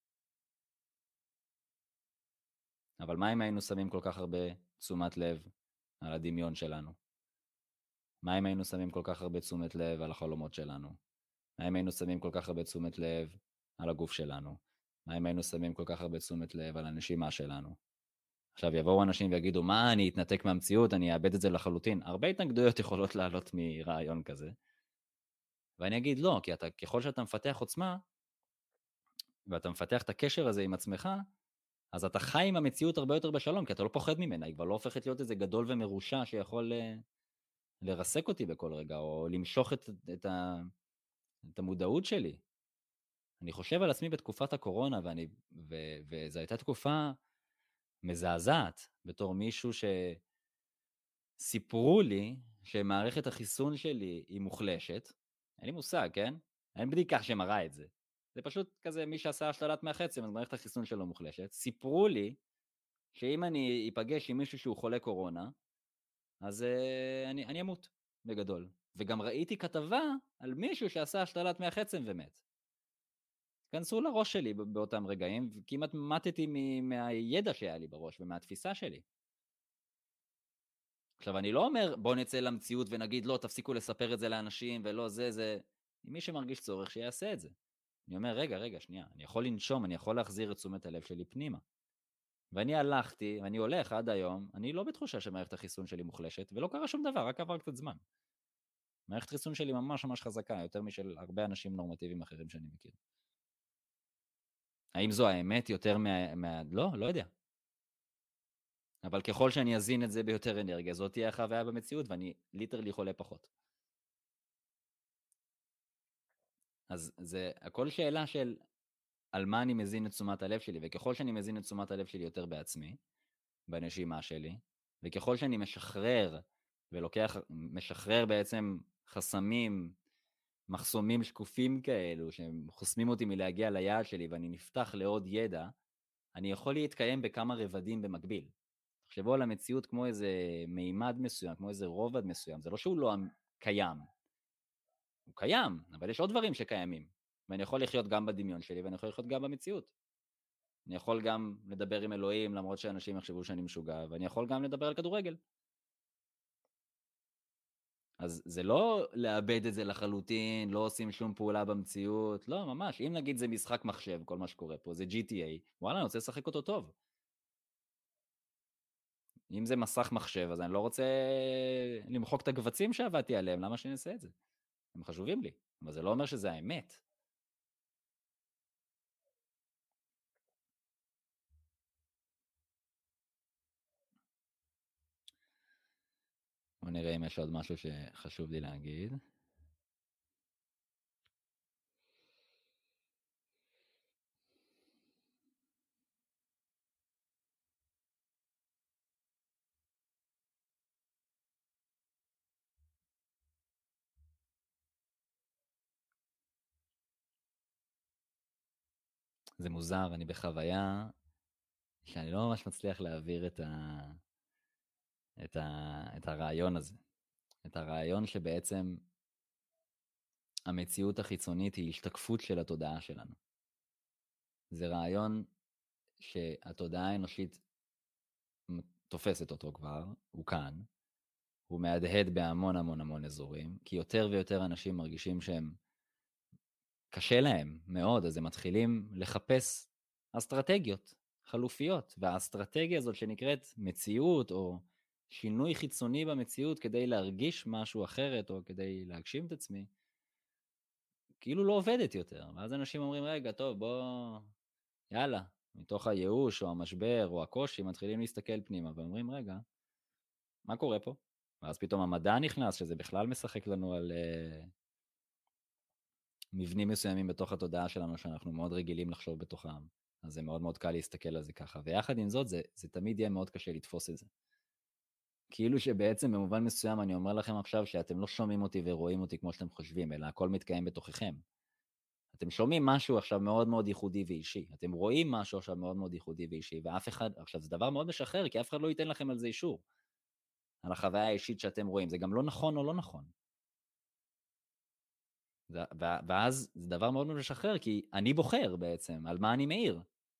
אבל מה אם היינו שמים כל כך הרבה תשומת לב על הדמיון שלנו? מה אם היינו שמים כל כך הרבה תשומת לב על החלומות שלנו? מה אם היינו שמים כל כך הרבה תשומת לב על הגוף שלנו? מה אם היינו שמים כל כך הרבה תשומת לב על הנשימה שלנו? עכשיו יבואו אנשים ויגידו, מה, אני אתנתק מהמציאות, אני אאבד את זה לחלוטין. הרבה התנגדויות יכולות לעלות מרעיון כזה. ואני אגיד לא, כי אתה, ככל שאתה מפתח עוצמה, ואתה מפתח את הקשר הזה עם עצמך, אז אתה חי עם המציאות הרבה יותר בשלום, כי אתה לא פוחד ממנה, היא כבר לא הופכת להיות איזה גדול ומרושע שיכול לרסק אותי בכל רגע, או למשוך את, את, ה, את המודעות שלי. אני חושב על עצמי בתקופת הקורונה, ואני, ו, וזו הייתה תקופה מזעזעת, בתור מישהו שסיפרו לי שמערכת החיסון שלי היא מוחלשת, אין לי מושג, כן? אין בדיקה שמראה את זה. זה פשוט כזה מי שעשה השתלת מח עצם, אז מערכת החיסון שלו מוחלשת. סיפרו לי שאם אני אפגש עם מישהו שהוא חולה קורונה, אז uh, אני, אני אמות בגדול. וגם ראיתי כתבה על מישהו שעשה השתלת מח עצם ומת. כנסו לראש שלי באותם רגעים, וכמעט מתתי מהידע שהיה לי בראש ומהתפיסה שלי. עכשיו, אני לא אומר, בוא נצא למציאות ונגיד, לא, תפסיקו לספר את זה לאנשים, ולא זה, זה... מי שמרגיש צורך שיעשה את זה. אני אומר, רגע, רגע, שנייה, אני יכול לנשום, אני יכול להחזיר את תשומת הלב שלי פנימה. ואני הלכתי, ואני הולך עד היום, אני לא בתחושה שמערכת החיסון שלי מוחלשת, ולא קרה שום דבר, רק עבר קצת זמן. מערכת החיסון שלי ממש ממש חזקה, יותר משל הרבה אנשים נורמטיביים אחרים שאני מכיר. האם זו האמת יותר מה... מה... לא, לא יודע. אבל ככל שאני אזין את זה ביותר אנרגיה, זאת תהיה החוויה במציאות, ואני ליטרלי חולה פחות. אז זה הכל שאלה של על מה אני מזין את תשומת הלב שלי, וככל שאני מזין את תשומת הלב שלי יותר בעצמי, בנשימה שלי, וככל שאני משחרר, ולוקח, משחרר בעצם חסמים, מחסומים שקופים כאלו, שהם חוסמים אותי מלהגיע ליעד שלי, ואני נפתח לעוד ידע, אני יכול להתקיים בכמה רבדים במקביל. תחשבו על המציאות כמו איזה מימד מסוים, כמו איזה רובד מסוים, זה לא שהוא לא קיים, הוא קיים, אבל יש עוד דברים שקיימים, ואני יכול לחיות גם בדמיון שלי, ואני יכול לחיות גם במציאות. אני יכול גם לדבר עם אלוהים, למרות שאנשים יחשבו שאני משוגע, ואני יכול גם לדבר על כדורגל. אז זה לא לאבד את זה לחלוטין, לא עושים שום פעולה במציאות, לא, ממש. אם נגיד זה משחק מחשב, כל מה שקורה פה, זה ג'י טי איי, וואלה, אני רוצה לשחק אותו טוב. אם זה מסך מחשב, אז אני לא רוצה למחוק את הקבצים שעבדתי עליהם, למה שאני אעשה את זה? הם חשובים לי, אבל זה לא אומר שזה האמת. בוא נראה אם יש עוד משהו שחשוב לי להגיד. זה מוזר, אני בחוויה שאני לא ממש מצליח להעביר את, ה... את, ה... את הרעיון הזה. את הרעיון שבעצם המציאות החיצונית היא השתקפות של התודעה שלנו. זה רעיון שהתודעה האנושית תופסת אותו כבר, הוא כאן, הוא מהדהד בהמון המון המון אזורים, כי יותר ויותר אנשים מרגישים שהם קשה להם מאוד, אז הם מתחילים לחפש אסטרטגיות חלופיות, והאסטרטגיה הזאת שנקראת מציאות או שינוי חיצוני במציאות כדי להרגיש משהו אחרת או כדי להגשים את עצמי, כאילו לא עובדת יותר. ואז אנשים אומרים, רגע, טוב, בוא, יאללה, מתוך הייאוש או המשבר או הקושי, מתחילים להסתכל פנימה ואומרים, רגע, מה קורה פה? ואז פתאום המדע נכנס, שזה בכלל משחק לנו על uh, מבנים מסוימים בתוך התודעה שלנו, שאנחנו מאוד רגילים לחשוב בתוכם. אז זה מאוד מאוד קל להסתכל על זה ככה. ויחד עם זאת, זה, זה תמיד יהיה מאוד קשה לתפוס את זה. כאילו שבעצם במובן מסוים אני אומר לכם עכשיו שאתם לא שומעים אותי ורואים אותי כמו שאתם חושבים, אלא הכל מתקיים בתוככם. אתם שומעים משהו עכשיו מאוד מאוד ייחודי ואישי. אתם רואים משהו עכשיו מאוד מאוד ייחודי ואישי, ואף אחד, עכשיו זה דבר מאוד משחרר, כי אף אחד לא ייתן לכם על זה אישור. על החוויה האישית שאתם רואים. זה גם לא נכון או לא נכון. ואז זה דבר מאוד משחרר, כי אני בוחר בעצם על מה אני מאיר.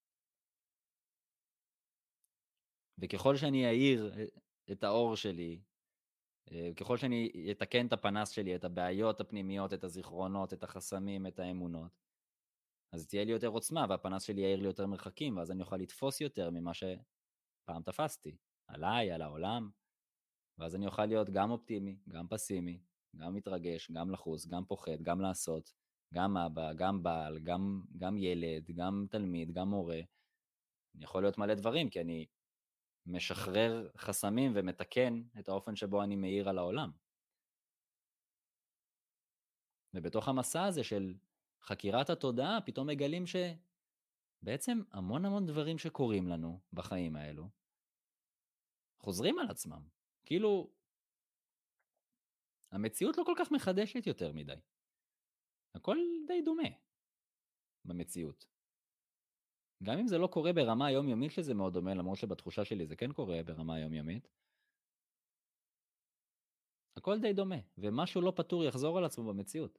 וככל שאני אעיר את האור שלי, ככל שאני אתקן את הפנס שלי, את הבעיות הפנימיות, את הזיכרונות, את החסמים, את האמונות, אז תהיה לי יותר עוצמה, והפנס שלי יעיר לי יותר מרחקים, ואז אני אוכל לתפוס יותר ממה שפעם תפסתי, עליי, על העולם, ואז אני אוכל להיות גם אופטימי, גם פסימי, גם מתרגש, גם לחוס, גם פוחד, גם לעשות, גם אבא, גם בעל, גם, גם ילד, גם תלמיד, גם מורה. אני יכול להיות מלא דברים, כי אני משחרר חסמים ומתקן את האופן שבו אני מאיר על העולם. ובתוך המסע הזה של חקירת התודעה, פתאום מגלים שבעצם המון המון דברים שקורים לנו בחיים האלו, חוזרים על עצמם. כאילו, המציאות לא כל כך מחדשת יותר מדי. הכל די דומה במציאות. גם אם זה לא קורה ברמה היומיומית שזה מאוד דומה, למרות שבתחושה שלי זה כן קורה ברמה היומיומית, הכל די דומה, ומשהו לא פתור יחזור על עצמו במציאות.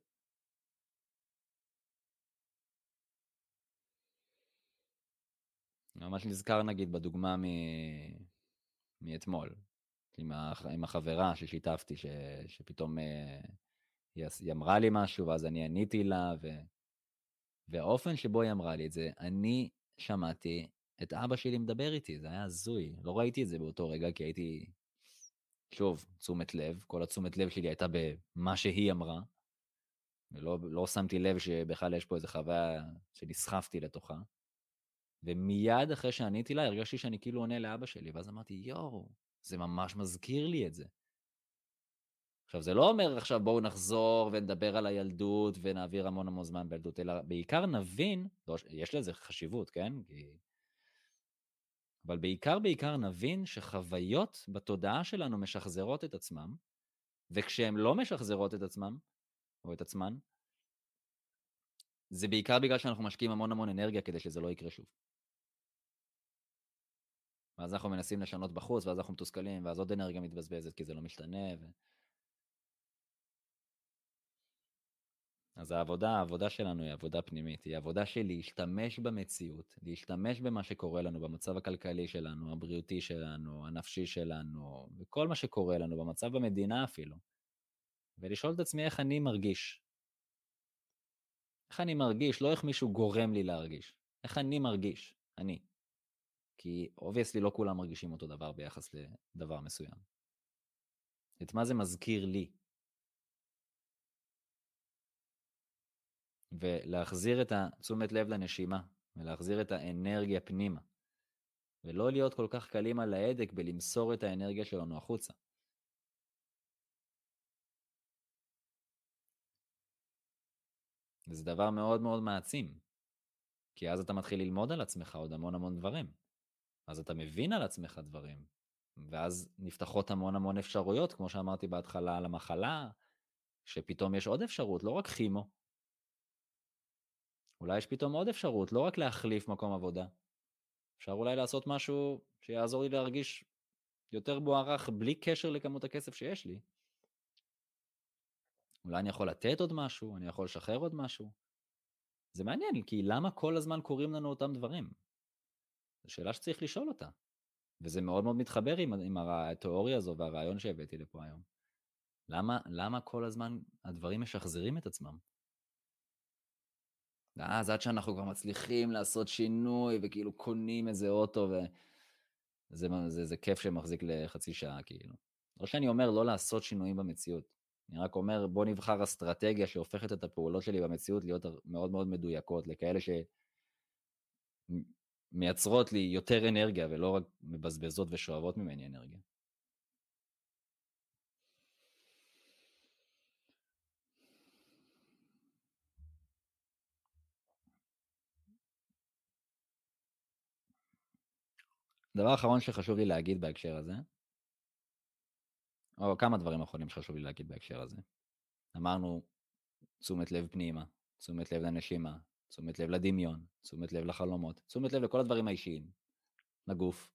ממש נזכר נגיד בדוגמה מ... מאתמול, עם, הח... עם החברה ששיתפתי, ש... שפתאום היא... היא אמרה לי משהו, ואז אני עניתי לה, ו... והאופן שבו היא אמרה לי את זה, אני שמעתי את אבא שלי מדבר איתי, זה היה הזוי, לא ראיתי את זה באותו רגע, כי הייתי, שוב, תשומת לב, כל התשומת לב שלי הייתה במה שהיא אמרה, ולא לא שמתי לב שבכלל יש פה איזו חוויה שנסחפתי לתוכה, ומיד אחרי שעניתי לה, הרגשתי שאני כאילו עונה לאבא שלי, ואז אמרתי, יואו, זה ממש מזכיר לי את זה. עכשיו, זה לא אומר עכשיו בואו נחזור ונדבר על הילדות ונעביר המון המון זמן בילדות, אלא בעיקר נבין, לא, יש לזה חשיבות, כן? כי... אבל בעיקר בעיקר נבין שחוויות בתודעה שלנו משחזרות את עצמם, וכשהן לא משחזרות את עצמם, או את עצמן, זה בעיקר בגלל שאנחנו משקיעים המון המון אנרגיה כדי שזה לא יקרה שוב. ואז אנחנו מנסים לשנות בחוץ, ואז אנחנו מתוסכלים, ואז עוד אנרגיה מתבזבזת, כי זה לא משתנה. ו... אז העבודה, העבודה שלנו היא עבודה פנימית, היא עבודה של להשתמש במציאות, להשתמש במה שקורה לנו, במצב הכלכלי שלנו, הבריאותי שלנו, הנפשי שלנו, וכל מה שקורה לנו, במצב במדינה אפילו, ולשאול את עצמי איך אני מרגיש. איך אני מרגיש, לא איך מישהו גורם לי להרגיש. איך אני מרגיש, אני. כי obviously לא כולם מרגישים אותו דבר ביחס לדבר מסוים. את מה זה מזכיר לי? ולהחזיר את התשומת לב לנשימה, ולהחזיר את האנרגיה פנימה, ולא להיות כל כך קלים על ההדק בלמסור את האנרגיה שלנו החוצה. וזה דבר מאוד מאוד מעצים, כי אז אתה מתחיל ללמוד על עצמך עוד המון המון דברים. אז אתה מבין על עצמך דברים, ואז נפתחות המון המון אפשרויות, כמו שאמרתי בהתחלה על המחלה, שפתאום יש עוד אפשרות, לא רק כימו. אולי יש פתאום עוד אפשרות, לא רק להחליף מקום עבודה. אפשר אולי לעשות משהו שיעזור לי להרגיש יותר מוערך בלי קשר לכמות הכסף שיש לי. אולי אני יכול לתת עוד משהו, אני יכול לשחרר עוד משהו. זה מעניין, כי למה כל הזמן קוראים לנו אותם דברים? זו שאלה שצריך לשאול אותה. וזה מאוד מאוד מתחבר עם, עם התיאוריה הזו והרעיון שהבאתי לפה היום. למה, למה כל הזמן הדברים משחזרים את עצמם? אז עד שאנחנו כבר מצליחים לעשות שינוי, וכאילו קונים איזה אוטו, וזה זה, זה כיף שמחזיק לחצי שעה, כאילו. לא שאני אומר לא לעשות שינויים במציאות. אני רק אומר, בוא נבחר אסטרטגיה שהופכת את הפעולות שלי במציאות להיות מאוד מאוד מדויקות, לכאלה שמייצרות לי יותר אנרגיה, ולא רק מבזבזות ושואבות ממני אנרגיה. דבר אחרון שחשוב לי להגיד בהקשר הזה, או כמה דברים אחרונים שחשוב לי להגיד בהקשר הזה. אמרנו, תשומת לב פנימה, תשומת לב לנשימה, תשומת לב לדמיון, תשומת לב לחלומות, תשומת לב לכל הדברים האישיים, לגוף.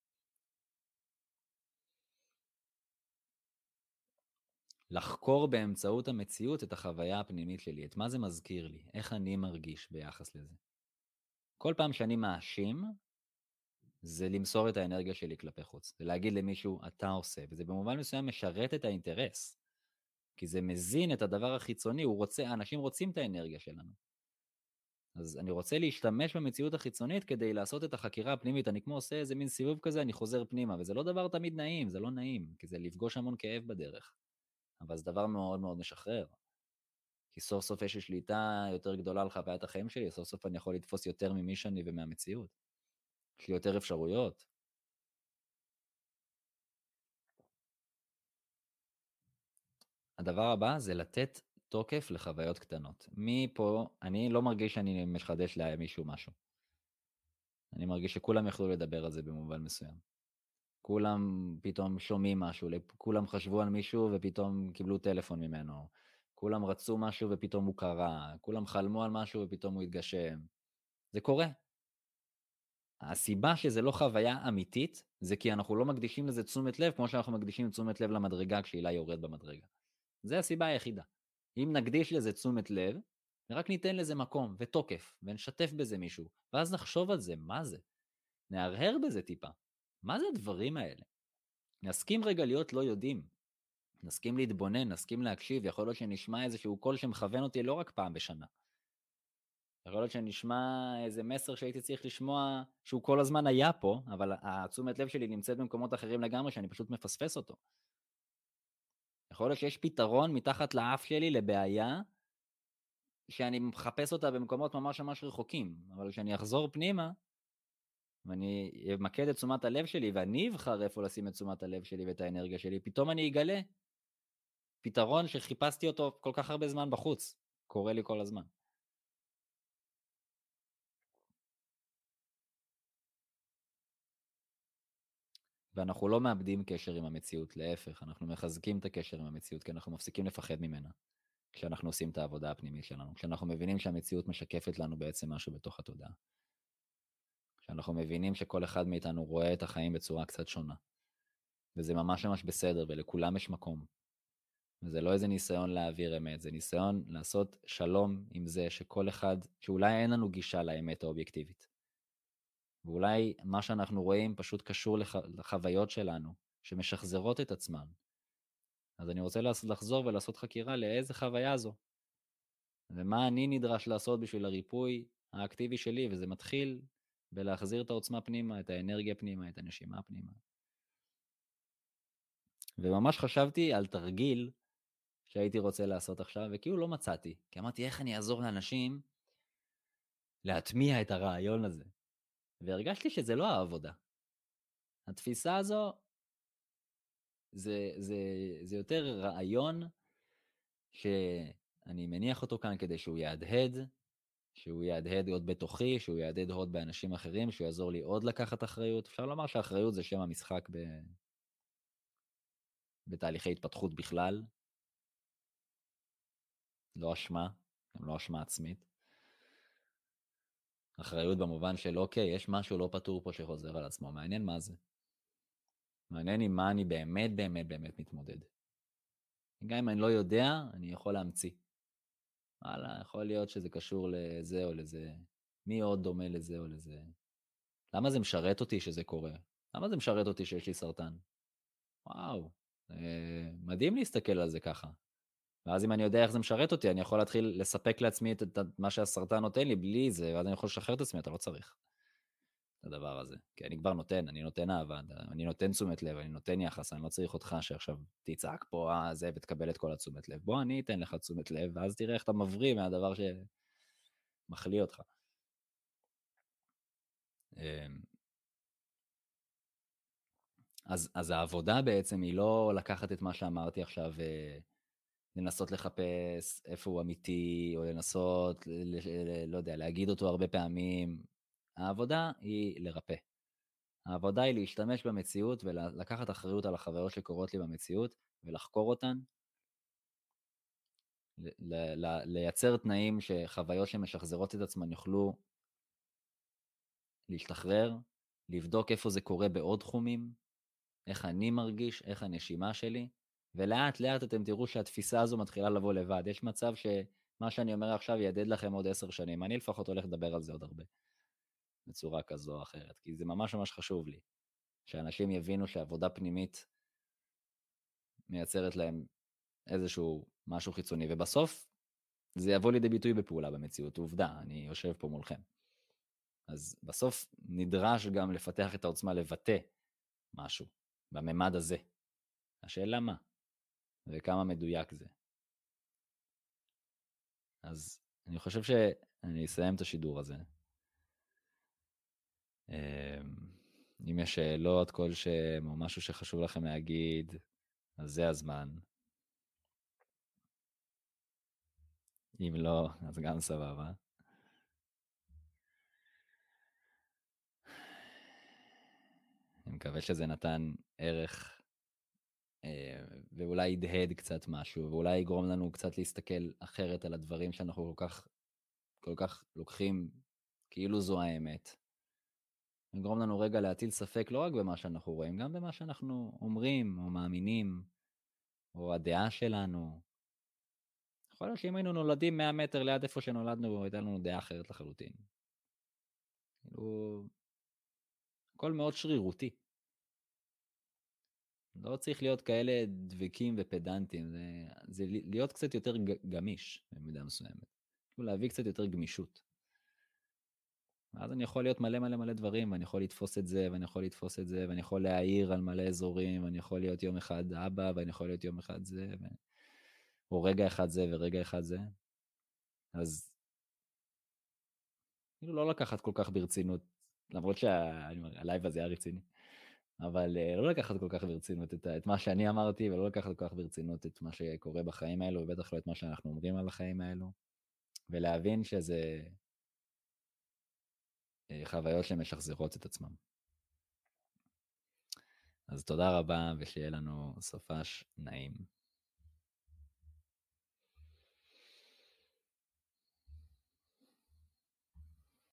לחקור באמצעות המציאות את החוויה הפנימית שלי, את מה זה מזכיר לי, איך אני מרגיש ביחס לזה. כל פעם שאני מאשים, זה למסור את האנרגיה שלי כלפי חוץ, ולהגיד למישהו, אתה עושה, וזה במובן מסוים משרת את האינטרס, כי זה מזין את הדבר החיצוני, הוא רוצה, אנשים רוצים את האנרגיה שלנו. אז אני רוצה להשתמש במציאות החיצונית כדי לעשות את החקירה הפנימית, אני כמו עושה איזה מין סיבוב כזה, אני חוזר פנימה, וזה לא דבר תמיד נעים, זה לא נעים, כי זה לפגוש המון כאב בדרך, אבל זה דבר מאוד מאוד משחרר. כי סוף סוף יש לי שליטה יותר גדולה על חוויית החיים שלי, סוף סוף אני יכול לתפוס יותר ממי שאני ומהמציאות. יש לי יותר אפשרויות. הדבר הבא זה לתת תוקף לחוויות קטנות. מפה, אני לא מרגיש שאני מחדש למישהו משהו. אני מרגיש שכולם יכלו לדבר על זה במובן מסוים. כולם פתאום שומעים משהו, כולם חשבו על מישהו ופתאום קיבלו טלפון ממנו. כולם רצו משהו ופתאום הוא קרה. כולם חלמו על משהו ופתאום הוא התגשם. זה קורה. הסיבה שזה לא חוויה אמיתית, זה כי אנחנו לא מקדישים לזה תשומת לב, כמו שאנחנו מקדישים תשומת לב למדרגה כשאילי יורד במדרגה. זה הסיבה היחידה. אם נקדיש לזה תשומת לב, ורק ניתן לזה מקום ותוקף, ונשתף בזה מישהו, ואז נחשוב על זה, מה זה? נהרהר בזה טיפה. מה זה הדברים האלה? נסכים רגע להיות לא יודעים. נסכים להתבונן, נסכים להקשיב, יכול להיות שנשמע איזשהו קול שמכוון אותי לא רק פעם בשנה. יכול להיות שנשמע איזה מסר שהייתי צריך לשמוע, שהוא כל הזמן היה פה, אבל התשומת לב שלי נמצאת במקומות אחרים לגמרי, שאני פשוט מפספס אותו. יכול להיות שיש פתרון מתחת לאף שלי לבעיה, שאני מחפש אותה במקומות ממש ממש רחוקים, אבל כשאני אחזור פנימה, ואני אמקד את תשומת הלב שלי, ואני אבחר איפה לשים את תשומת הלב שלי ואת האנרגיה שלי, פתאום אני אגלה פתרון שחיפשתי אותו כל כך הרבה זמן בחוץ, קורה לי כל הזמן. ואנחנו לא מאבדים קשר עם המציאות, להפך, אנחנו מחזקים את הקשר עם המציאות, כי אנחנו מפסיקים לפחד ממנה, כשאנחנו עושים את העבודה הפנימית שלנו, כשאנחנו מבינים שהמציאות משקפת לנו בעצם משהו בתוך התודעה. שאנחנו מבינים שכל אחד מאיתנו רואה את החיים בצורה קצת שונה. וזה ממש ממש בסדר, ולכולם יש מקום. וזה לא איזה ניסיון להעביר אמת, זה ניסיון לעשות שלום עם זה שכל אחד, שאולי אין לנו גישה לאמת האובייקטיבית. ואולי מה שאנחנו רואים פשוט קשור לח... לחוויות שלנו, שמשחזרות את עצמן. אז אני רוצה לחזור ולעשות חקירה לאיזה חוויה זו. ומה אני נדרש לעשות בשביל הריפוי האקטיבי שלי, וזה מתחיל בלהחזיר את העוצמה פנימה, את האנרגיה פנימה, את הנשימה פנימה. וממש חשבתי על תרגיל שהייתי רוצה לעשות עכשיו, וכאילו לא מצאתי, כי אמרתי איך אני אעזור לאנשים להטמיע את הרעיון הזה. והרגשתי שזה לא העבודה. התפיסה הזו, זה, זה, זה יותר רעיון שאני מניח אותו כאן כדי שהוא יהדהד, שהוא יהדהד עוד בתוכי, שהוא יהדהד עוד באנשים אחרים, שהוא יעזור לי עוד לקחת אחריות. אפשר לומר שהאחריות זה שם המשחק ב... בתהליכי התפתחות בכלל. לא אשמה, גם לא אשמה עצמית. אחריות במובן של אוקיי, יש משהו לא פתור פה שחוזר על עצמו. מעניין מה זה. מעניין עם מה אני באמת באמת באמת מתמודד. גם אם אני לא יודע, אני יכול להמציא. וואלה, יכול להיות שזה קשור לזה או לזה. מי עוד דומה לזה או לזה? למה זה משרת אותי שזה קורה? למה זה משרת אותי שיש לי סרטן? וואו, אה, מדהים להסתכל על זה ככה. ואז אם אני יודע איך זה משרת אותי, אני יכול להתחיל לספק לעצמי את, את מה שהסרטן נותן לי בלי זה, ואז אני יכול לשחרר את עצמי, אתה לא צריך את הדבר הזה. כי אני כבר נותן, אני נותן אהבה, אני נותן תשומת לב, אני נותן יחס, אני לא צריך אותך שעכשיו תצעק פה אה, זה ותקבל את כל התשומת לב. בוא, אני אתן לך תשומת לב, ואז תראה איך אתה מבריא מהדבר שמחליא אותך. אז, אז העבודה בעצם היא לא לקחת את מה שאמרתי עכשיו ולנסות לחפש איפה הוא אמיתי, או לנסות, ל, ל, לא יודע, להגיד אותו הרבה פעמים. העבודה היא לרפא. העבודה היא להשתמש במציאות ולקחת אחריות על החוויות שקורות לי במציאות ולחקור אותן, ל, ל, לייצר תנאים שחוויות שמשחזרות את עצמן יוכלו להשתחרר, לבדוק איפה זה קורה בעוד תחומים, איך אני מרגיש, איך הנשימה שלי, ולאט לאט אתם תראו שהתפיסה הזו מתחילה לבוא לבד. יש מצב שמה שאני אומר עכשיו יעדד לכם עוד עשר שנים, אני לפחות הולך לדבר על זה עוד הרבה, בצורה כזו או אחרת, כי זה ממש ממש חשוב לי, שאנשים יבינו שעבודה פנימית מייצרת להם איזשהו משהו חיצוני, ובסוף זה יבוא לידי ביטוי בפעולה במציאות, עובדה, אני יושב פה מולכם. אז בסוף נדרש גם לפתח את העוצמה לבטא משהו בממד הזה. השאלה מה, וכמה מדויק זה. אז אני חושב שאני אסיים את השידור הזה. אם יש שאלות כלשהם או משהו שחשוב לכם להגיד, אז זה הזמן. אם לא, אז גם סבבה. אני מקווה שזה נתן ערך, ואולי ידהד קצת משהו, ואולי יגרום לנו קצת להסתכל אחרת על הדברים שאנחנו כל כך, כל כך לוקחים כאילו זו האמת. יגרום לנו רגע להטיל ספק לא רק במה שאנחנו רואים, גם במה שאנחנו אומרים או מאמינים, או הדעה שלנו. יכול להיות שאם היינו נולדים מאה מטר ליד איפה שנולדנו, הייתה לנו דעה אחרת לחלוטין. כאילו, הכל מאוד שרירותי. לא צריך להיות כאלה דבקים ופדנטים, זה, זה להיות קצת יותר גמיש במידה מסוימת. כאילו להביא קצת יותר גמישות. ואז אני יכול להיות מלא מלא מלא דברים, ואני יכול לתפוס את זה, ואני יכול לתפוס את זה, ואני יכול להעיר על מלא אזורים, ואני יכול להיות יום אחד אבא, ואני יכול להיות יום אחד זה, ו... או רגע אחד זה ורגע אחד זה. אז כאילו לא לקחת כל כך ברצינות, למרות שהלייב הזה היה רציני, אבל לא לקחת כל כך ברצינות את, את מה שאני אמרתי, ולא לקחת כל כך ברצינות את מה שקורה בחיים האלו, ובטח לא את מה שאנחנו אומרים על החיים האלו, ולהבין שזה חוויות שמשחזרות את עצמם. אז תודה רבה, ושיהיה לנו סופש נעים.